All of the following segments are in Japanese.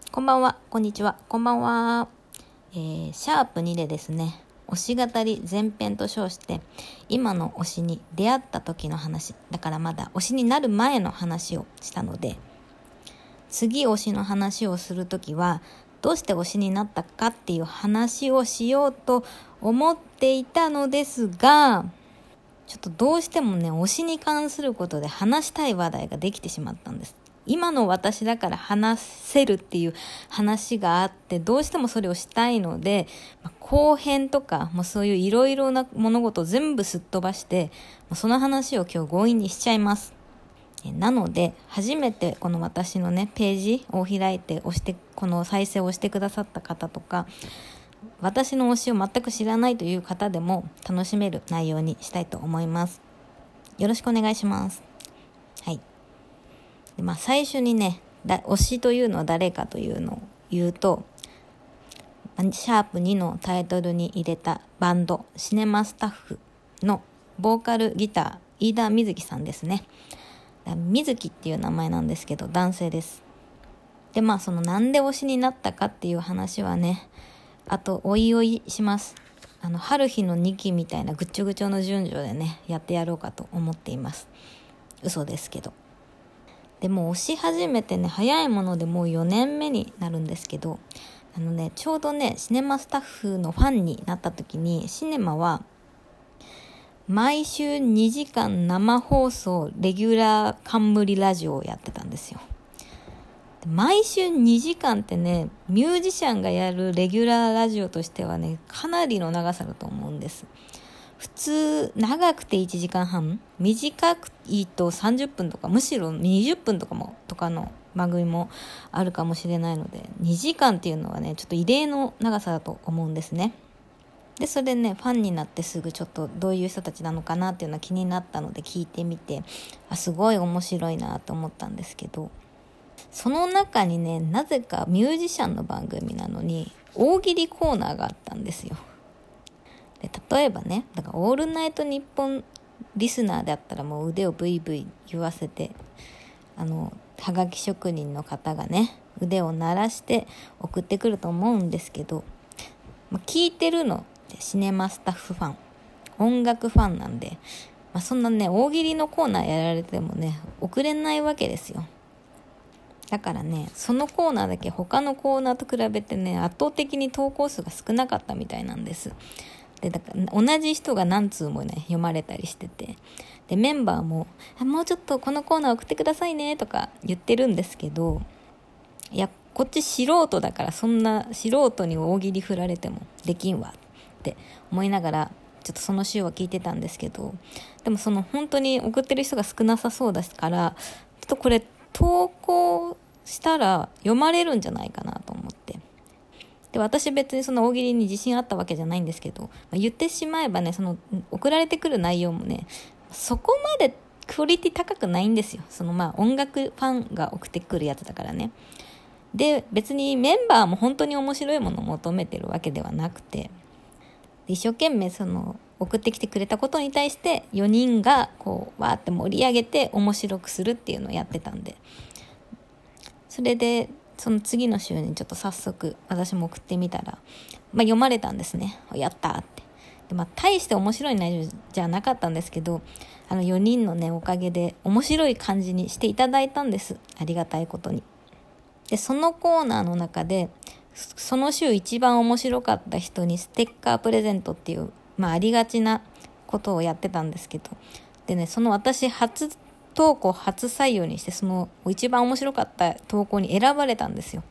こんばんは、こんにちは、こんばんは。シャープ2でですね、推し語り前編と称して、今の推しに出会った時の話、だからまだ推しになる前の話をしたので、次推しの話をするときは、どうして推しになったかっていう話をしようと思っていたのですが、ちょっとどうしてもね、推しに関することで話したい話題ができてしまったんです。今の私だから話せるっていう話があって、どうしてもそれをしたいので、後編とかもうそういういろいろな物事を全部すっ飛ばして、その話を今日強引にしちゃいます。なので初めてこの私のねページを開いてこの再生をしてくださった方とか、私の推しを全く知らないという方でも楽しめる内容にしたいと思います。よろしくお願いします。はい。で最初にね、推しというのは誰かというのを言うと、シャープ2のタイトルに入れたバンドシネマスタッフのボーカルギター飯田瑞希さんですね。瑞希っていう名前なんですけど男性です。でそのなんで推しになったかっていう話はね、あとおいおいします。春日の2期みたいなぐっちょぐちょの順序でねやってやろうかと思っています。嘘ですけど。でも推し始めてね、早いものでもう4年目になるんですけど、ちょうどねシネマスタッフのファンになった時に、シネマは毎週2時間生放送レギュラー冠ラジオをやってたんですよ。毎週2時間ってね、ミュージシャンがやるレギュラーラジオとしてはね、かなりの長さだと思うんです。普通長くて1時間半、短くいいと30分とか、むしろ20分とかの番組もあるかもしれないので、2時間っていうのはねちょっと異例の長さだと思うんですね。でそれね、ファンになってすぐちょっとどういう人たちなのかなっていうのが気になったので聞いてみて、すごい面白いなと思ったんですけど、その中にね、なぜかミュージシャンの番組なのに大喜利コーナーがあったんですよ。で例えばね、だからオールナイトニッポンリスナーであったらもう腕をブイブイ言わせて、はがき職人の方がね腕を鳴らして送ってくると思うんですけど、聞いてるのってシネマスタッフファン、音楽ファンなんで、そんなね大喜利のコーナーやられてもね送れないわけですよ。だからね、そのコーナーだけ他のコーナーと比べてね圧倒的に投稿数が少なかったみたいなんです。でだから同じ人が何通もね読まれたりしてて、でメンバーももうちょっとこのコーナー送ってくださいねとか言ってるんですけど、いやこっち素人だから、そんな素人に大喜利振られてもできんわって思いながらちょっとその週は聞いてたんですけど、でもその本当に送ってる人が少なさそうですから、ちょっとこれ投稿したら読まれるんじゃないかなと思って、で私別にその大喜利に自信あったわけじゃないんですけど、言ってしまえばね、その送られてくる内容もねそこまでクオリティ高くないんですよ。その音楽ファンが送ってくるやつだからね。で別にメンバーも本当に面白いものを求めてるわけではなくて、一生懸命その送ってきてくれたことに対して4人がこうわーって盛り上げて面白くするっていうのをやってたんで、それでその次の週にちょっと早速私も送ってみたら、読まれたんですね。やったーって。で大して面白い内容じゃなかったんですけど、4人のねおかげで面白い感じにしていただいたんです。ありがたいことに。でそのコーナーの中でその週一番面白かった人にステッカープレゼントっていう、ありがちなことをやってたんですけど、でね、その私初投稿初採用にして、その一番面白かった投稿に選ばれたんですよ。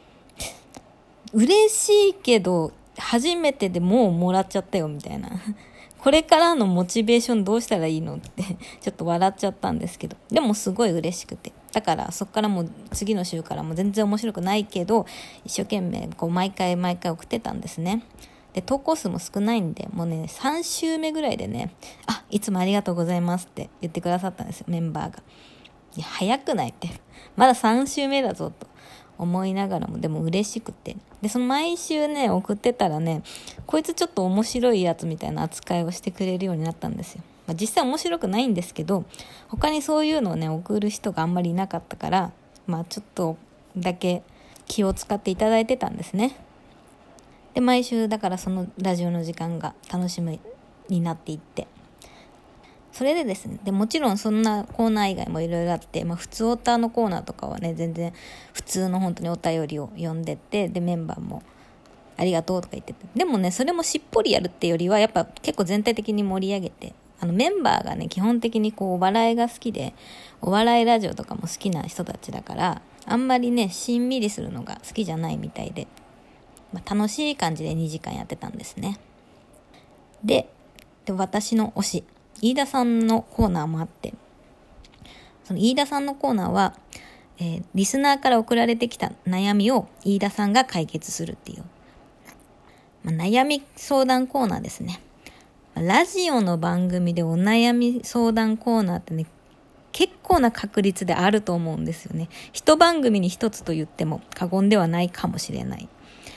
嬉しいけど初めてでもうもらっちゃったよみたいなこれからのモチベーションどうしたらいいのってちょっと笑っちゃったんですけど、でもすごい嬉しくて、だからそっからもう次の週からも全然面白くないけど一生懸命こう毎回送ってたんですね。で投稿数も少ないんで、もうね3週目ぐらいでね、いつもありがとうございますって言ってくださったんですよ、メンバーが。いや早くないってまだ3週目だぞと思いながらも、でも嬉しくて、でその毎週ね送ってたらね、こいつちょっと面白いやつみたいな扱いをしてくれるようになったんですよ。実際面白くないんですけど、他にそういうのをね送る人があんまりいなかったから、ちょっとだけ気を使っていただいてたんですね。で毎週だからそのラジオの時間が楽しみになっていって、それでですね、でもちろんそんなコーナー以外もいろいろあって、普通オタのコーナーとかはね全然普通の本当にお便りを読んでて、でメンバーもありがとうとか言ってて、でもねそれもしっぽりやるってよりはやっぱ結構全体的に盛り上げて、メンバーがね基本的にこうお笑いが好きでお笑いラジオとかも好きな人たちだから、あんまりねしんみりするのが好きじゃないみたいで、楽しい感じで2時間やってたんですね。で私の推し飯田さんのコーナーもあって、その飯田さんのコーナーは、リスナーから送られてきた悩みを飯田さんが解決するっていう、悩み相談コーナーですね。ラジオの番組でお悩み相談コーナーってね結構な確率であると思うんですよね。一番組に一つと言っても過言ではないかもしれない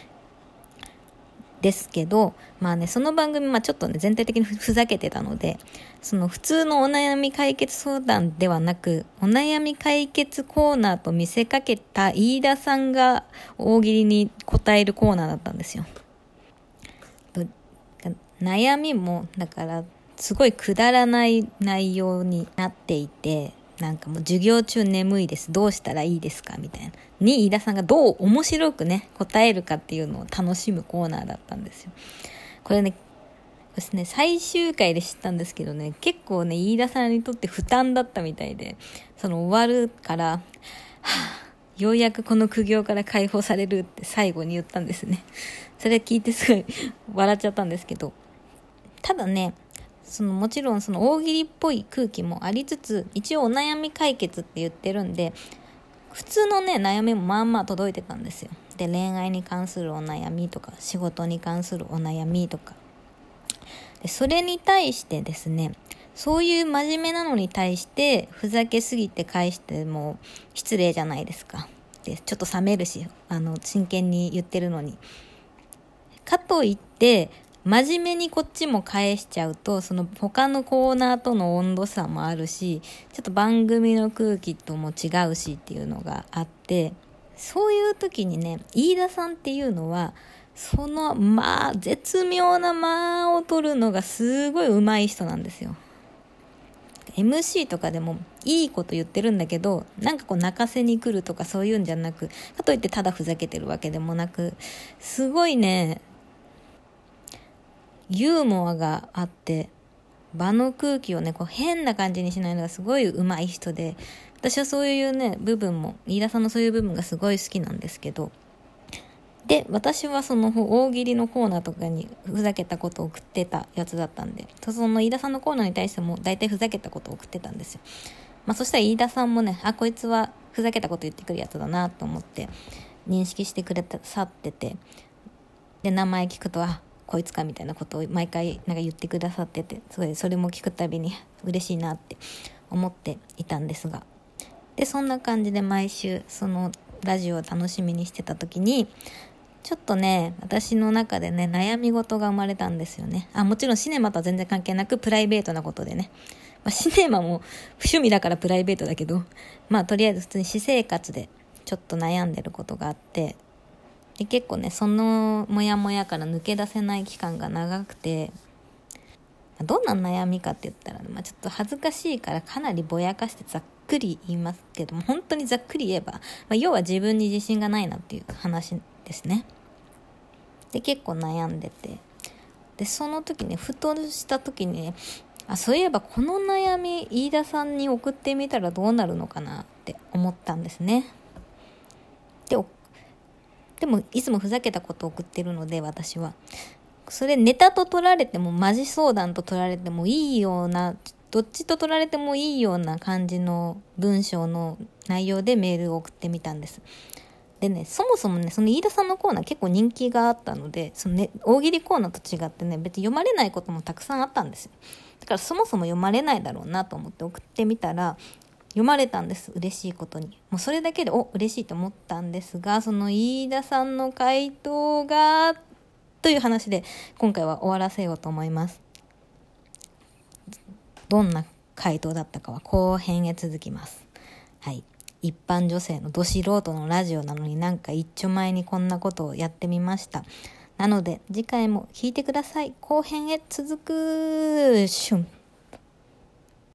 ですけど、その番組ちょっとね全体的にふざけてたので、その普通のお悩み解決相談ではなくお悩み解決コーナーと見せかけた飯田さんが大喜利に答えるコーナーだったんですよ。悩みもだからすごいくだらない内容になっていて、なんかもう授業中眠いですどうしたらいいですかみたいなに飯田さんがどう面白くね答えるかっていうのを楽しむコーナーだったんですよ。これね私ね最終回で知ったんですけどね、結構ね飯田さんにとって負担だったみたいで、その終わるからようやくこの苦行から解放されるって最後に言ったんですね。それ聞いてすごい笑っちゃったんですけど、ただねもちろんその大喜利っぽい空気もありつつ、一応お悩み解決って言ってるんで普通のね悩みも届いてたんですよ。で恋愛に関するお悩みとか仕事に関するお悩みとかで、それに対してですね、そういう真面目なのに対してふざけすぎて返しても失礼じゃないですか。でちょっと冷めるし真剣に言ってるのに、かといって真面目にこっちも返しちゃうとその他のコーナーとの温度差もあるし、ちょっと番組の空気とも違うしっていうのがあって、そういう時にね飯田さんっていうのはその絶妙な間を取るのがすごい上手い人なんですよ。MC とかでもいいこと言ってるんだけど、なんかこう泣かせに来るとかそういうんじゃなく、かといってただふざけてるわけでもなく、すごいねユーモアがあって場の空気をねこう変な感じにしないのがすごい上手い人で、私はそういうね部分も飯田さんのそういう部分がすごい好きなんですけど、で私はその大喜利のコーナーとかにふざけたことを送ってたやつだったんで、その飯田さんのコーナーに対しても大体ふざけたことを送ってたんですよ。そしたら飯田さんもね、こいつはふざけたこと言ってくるやつだなと思って認識してくれさってて、で名前聞くとこいつかみたいなことを毎回なんか言ってくださってて、すごいそれも聞くたびに嬉しいなって思っていたんですが、でそんな感じで毎週そのラジオを楽しみにしてた時にちょっとね私の中でね悩み事が生まれたんですよね。もちろんシネマとは全然関係なくプライベートなことでね、シネマも趣味だからプライベートだけど、とりあえず普通に私生活でちょっと悩んでることがあって、で結構ねそのモヤモヤから抜け出せない期間が長くて、どんな悩みかって言ったら、ちょっと恥ずかしいからかなりぼやかしてざっくり言いますけども、本当にざっくり言えば、要は自分に自信がないなっていう話ですね。で結構悩んでて、でその時ねふとした時にね、そういえばこの悩み飯田さんに送ってみたらどうなるのかなって思ったんですね。でもいつもふざけたことを送ってるので、私はそれネタと取られてもマジ相談と取られてもいいような、どっちと取られてもいいような感じの文章の内容でメールを送ってみたんです。でね、そもそもねその飯田さんのコーナー結構人気があったので、そのね大喜利コーナーと違ってね別に読まれないこともたくさんあったんですよ。だからそもそも読まれないだろうなと思って送ってみたら読まれたんです。嬉しいことにもうそれだけで嬉しいと思ったんですが、その飯田さんの回答がという話で今回は終わらせようと思います。どんな回答だったかは後編へ続きます。はい。 一般女性のど素人のラジオなのになんか一丁前にこんなことをやってみました。なので次回も聞いてください。後編へ続く。シュン。